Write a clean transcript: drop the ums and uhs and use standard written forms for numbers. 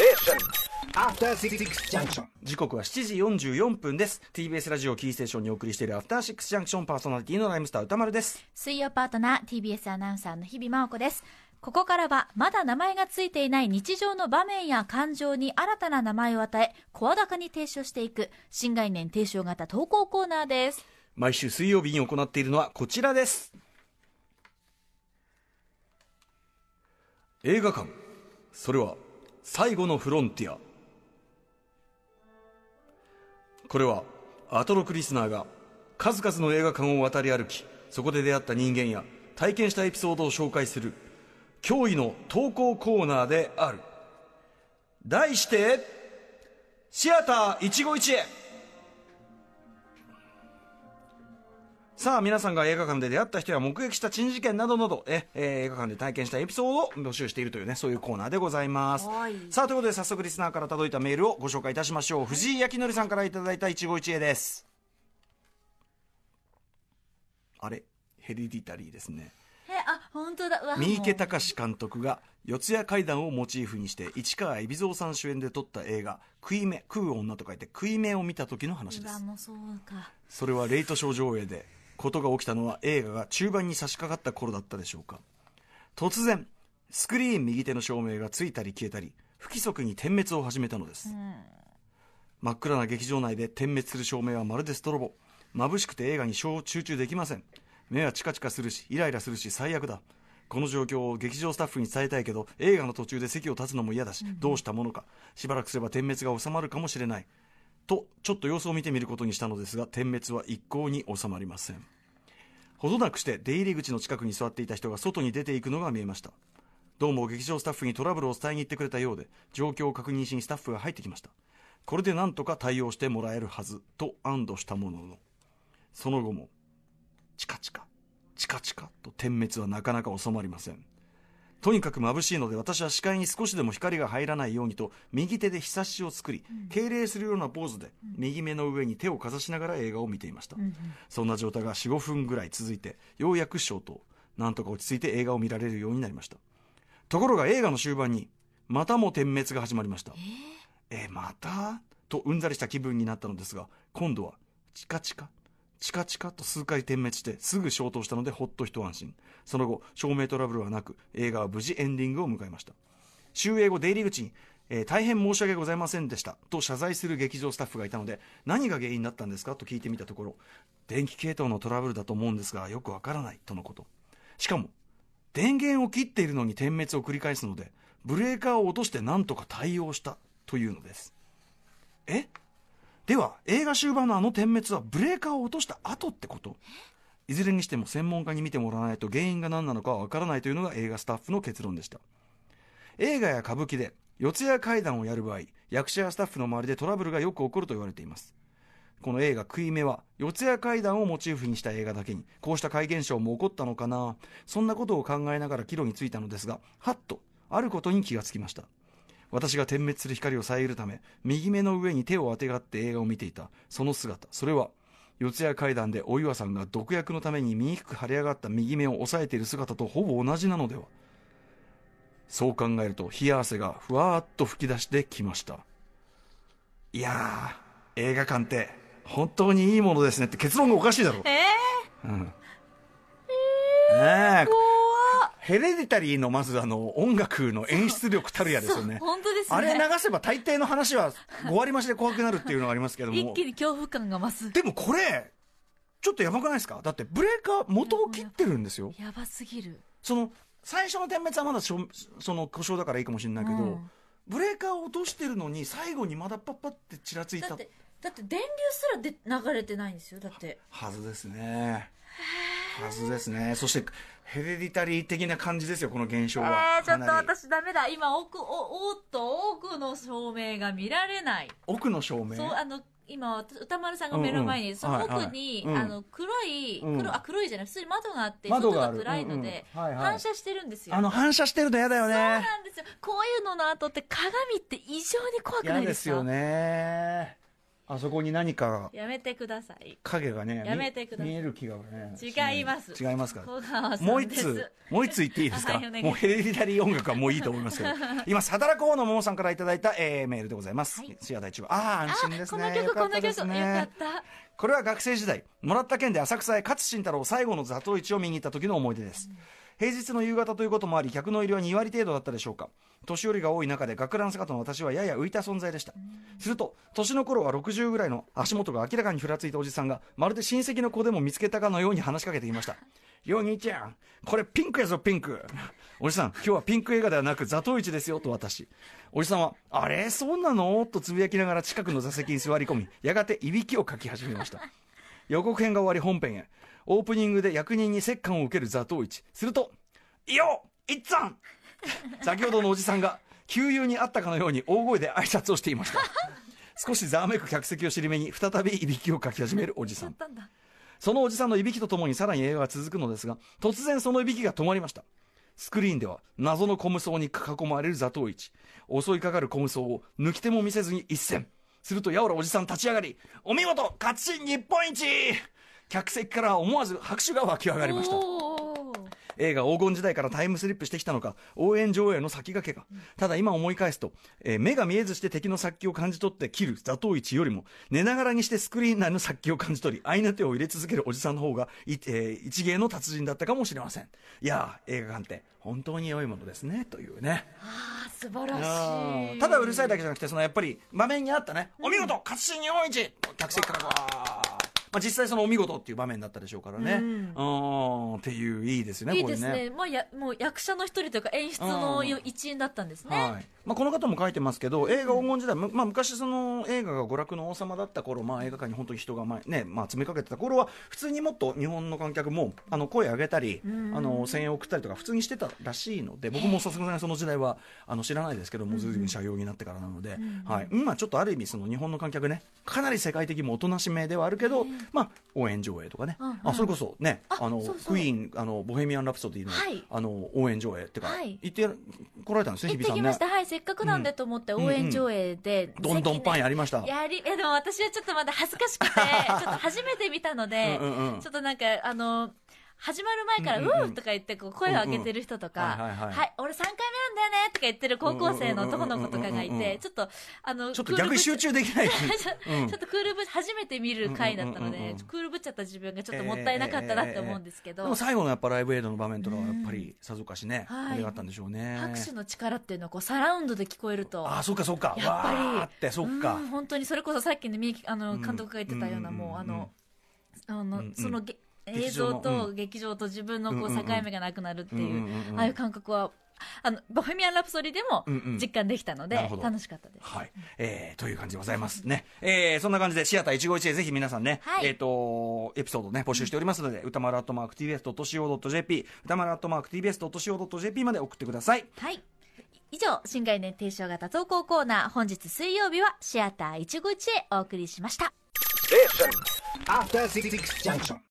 After Six Junction。 時刻は7時44分です。 TBS ラジオキーステーションにお送りしているアフターシックスジャンクション、パーソナリティのライムスター歌丸です。 水曜パートナー TBS アナウンサーの日々真央子です。ここからはまだ名前がついていない日常の場面や感情に新たな名前を与え声高に提唱していく新概念提唱型投稿コーナーです。 毎週水曜日に行っているのはこちらです。映画館、それは最後のフロンティア。これはアトロクリスナーが数々の映画館を渡り歩き、そこで出会った人間や体験したエピソードを紹介する驚異の投稿コーナーである。題してシアター一期一会。さあ、皆さんが映画館で出会った人や目撃した珍事件などなど映画館で体験したエピソードを募集しているというね、そういうコーナーでございます。さあ、ということで早速リスナーから届いたメールをご紹介いたしましょう。藤井焼きのりさんからいただいた一期一会です。あれ、ヘリディタリーですね。 本当だ。 三池崇監督が四谷怪談をモチーフにして市川海老蔵さん主演で撮った映画食い目、食う女と書いて食い目を見た時の話です。 もうそうか。 それはレイトショー上映で、ことが起きたのは映画が中盤に差し掛かった頃だったでしょうか。突然スクリーン右手の照明がついたり消えたり不規則に点滅を始めたのです。真っ暗な劇場内で点滅する照明はまるでストロボ。眩しくて映画に集中できません。目はチカチカするしイライラするし最悪だ。この状況を劇場スタッフに伝えたいけど映画の途中で席を立つのも嫌だし、どうしたものか。しばらくすれば点滅が収まるかもしれないとちょっと様子を見てみることにしたのですが、点滅は一向に収まりません。ほどなくして出入り口の近くに座っていた人が外に出ていくのが見えました。どうも劇場スタッフにトラブルを伝えに行ってくれたようで、状況を確認しにスタッフが入ってきました。これでなんとか対応してもらえるはずと安堵したものの、その後もチカチカチカチカと点滅はなかなか収まりません。とにかく眩しいので私は視界に少しでも光が入らないようにと右手でひさしを作り、敬礼するようなポーズで右目の上に手をかざしながら映画を見ていました。そんな状態が 4,5 分ぐらい続いて、ようやく消灯。なんとか落ち着いて映画を見られるようになりました。ところが映画の終盤にまたも点滅が始まりました。またとうんざりした気分になったのですが、今度はチカチカチカチカと数回点滅してすぐ消灯したのでほっと一安心。その後照明トラブルはなく映画は無事エンディングを迎えました。終映後出入り口に、大変申し訳ございませんでしたと謝罪する劇場スタッフがいたので、何が原因だったんですかと聞いてみたところ、電気系統のトラブルだと思うんですがよくわからないとのこと。しかも電源を切っているのに点滅を繰り返すのでブレーカーを落として何とか対応したというのです。では映画終盤のあの点滅はブレーカーを落とした後ってこと？いずれにしても専門家に見てもらわないと原因が何なのかはわからないというのが映画スタッフの結論でした。映画や歌舞伎で四谷怪談をやる場合、役者やスタッフの周りでトラブルがよく起こると言われています。この映画食い目は四谷怪談をモチーフにした映画だけにこうした怪現象も起こったのかな、そんなことを考えながら帰路についたのですが、はっとあることに気がつきました。私が点滅する光を遮るため右目の上に手をあてがって映画を見ていたその姿、それは四谷怪談でお岩さんが毒薬のために醜く腫れ上がった右目を押さえている姿とほぼ同じなのでは。そう考えると冷や汗がふわーっと吹き出してきました。いやー、映画館って本当にいいものですねって結論がおかしいだろう。ヘレディタリーのまず音楽の演出力たるやですよね。 本当ですね。 あれ流せば大抵の話は5割増しで怖くなるっていうのがありますけども一気に恐怖感が増す。 でもこれちょっとやばくないですか？だってブレーカー元を切ってるんですよ。 やばすぎる。 その最初の点滅はまだその故障だからいいかもしれないけど、ブレーカーを落としてるのに最後にまだパッパってちらついた。 だって電流すら流れてないんですよ。だってはずですね。そしてヘレディタリー的な感じですよ、この現象は。 ちょっと私ダメだ。今奥の照明が見られない。 奥の照明。 そう、今歌丸さんが目の前に、その奥に、黒いじゃない、普通に窓があって外が暗いので、反射してるんですよ。 反射してるの嫌だよね。そうなんですよ。こういうのの後って鏡って異常に怖くないですか？ 嫌ですよね。 あそこに何かやめてください。 影がねやめてください。 見える気がね。 違います。 違いますか。 小川さもうんです。 一つ言っていいですか。 はいお願いします。 もうヘレディタリー音楽はもういいと思いますけど今働く方のももさんからいただいた、メールでございます、はい、シアター一部安心ですね。 この曲、この曲よかった。 これは学生時代もらった券で浅草へ勝新太郎最後の座頭市を見に行った時の思い出です、平日の夕方ということもあり客の入りは2割程度だったでしょうか。年寄りが多い中で学ラン姿の私はやや浮いた存在でした。すると年の頃は60ぐらいの足元が明らかにふらついたおじさんがまるで親戚の子でも見つけたかのように話しかけてきました。よ兄ちゃんこれピンクやぞピンク。おじさん今日はピンク映画ではなく座頭市ですよと私。おじさんはあれそうなのとつぶやきながら近くの座席に座り込みやがていびきをかき始めました。予告編が終わり本編へ。オープニングで役人に折檻を受ける座頭市。するといよいっつぁん先ほどのおじさんが旧友に会ったかのように大声で挨拶をしていました。少しざわめく客席を尻目に再びいびきをかき始めるおじさん。そのおじさんのいびきとともにさらに映画が続くのですが突然そのいびきが止まりました。スクリーンでは謎の小無双に囲まれる座頭市。襲いかかる小無双を抜き手も見せずに一閃。するとやおらおじさん立ち上がりお見事勝ち日本一。客席から思わず拍手が湧き上がりました。映画黄金時代からタイムスリップしてきたのか応援上映の先駆けが、ただ今思い返すと、目が見えずして敵の殺気を感じ取って切る座頭市よりも寝ながらにしてスクリーン内の殺気を感じ取り合いの手を入れ続けるおじさんの方が一芸の達人だったかもしれません。いや映画館って本当に良いものですねというね。 素晴らしい。 ただうるさいだけじゃなくてそのやっぱり場面にあったね、お見事勝ち日本一客席から実際そのお見事っていう場面だったでしょうからね、っていういいですね。 いいですね。これね、もう役者の一人というか演出の一員だったんですね、はい。 この方も書いてますけど映画黄金時代、昔その映画が娯楽の王様だった頃、映画館に本当に人が詰めかけてた頃は普通にもっと日本の観客も声上げたり声援を送ったりとか普通にしてたらしいので、僕もさすがにその時代は知らないですけども、ずいぶん社用になってからなので、今ちょっとある意味その日本の観客ねかなり世界的にもおとなしめではあるけど、応援上映とかね、それこそねクイーンボヘミアン・ラプソディの、応援上映ってか、行ってこられたんですね。 行ってきました、せっかくなんでと思って応援上映で、 どんどんパンやりました。 でも私はちょっとまだ恥ずかしくてちょっと初めて見たのでちょっとなんか始まる前からうーとか言って声を上げてる人とか、はい俺3回目なんだよねとか言ってる高校生の男の子とかがいて、ちょっと逆に集中できないちょっとクールぶ初めて見る回だったので、クールぶっちゃった自分がちょっともったいなかったなって思うんですけど、 でも最後のやっぱライブエイドの場面とかはやっぱりさぞかしね盛り上がったんでしょうね。 拍手の力っていうのをサラウンドで聞こえると、 そっかそっか、 やっぱりわーってそっか、 本当にそれこそさっきの監督が言ってたような、もうその映像と劇場と自分の境目がなくなるっていう、ああいう感覚はボヘミアン・ラプソディでも実感できたので楽しかったです、 はいという感じでございますね。そんな感じでシアター151でぜひ皆さんね、エピソードね募集しておりますので、歌丸@tbs.co.jp 歌丸@tbs.co.jp まで送ってください。 以上新概念提唱型投稿コーナー、本日水曜日はシアター151へお送りしました。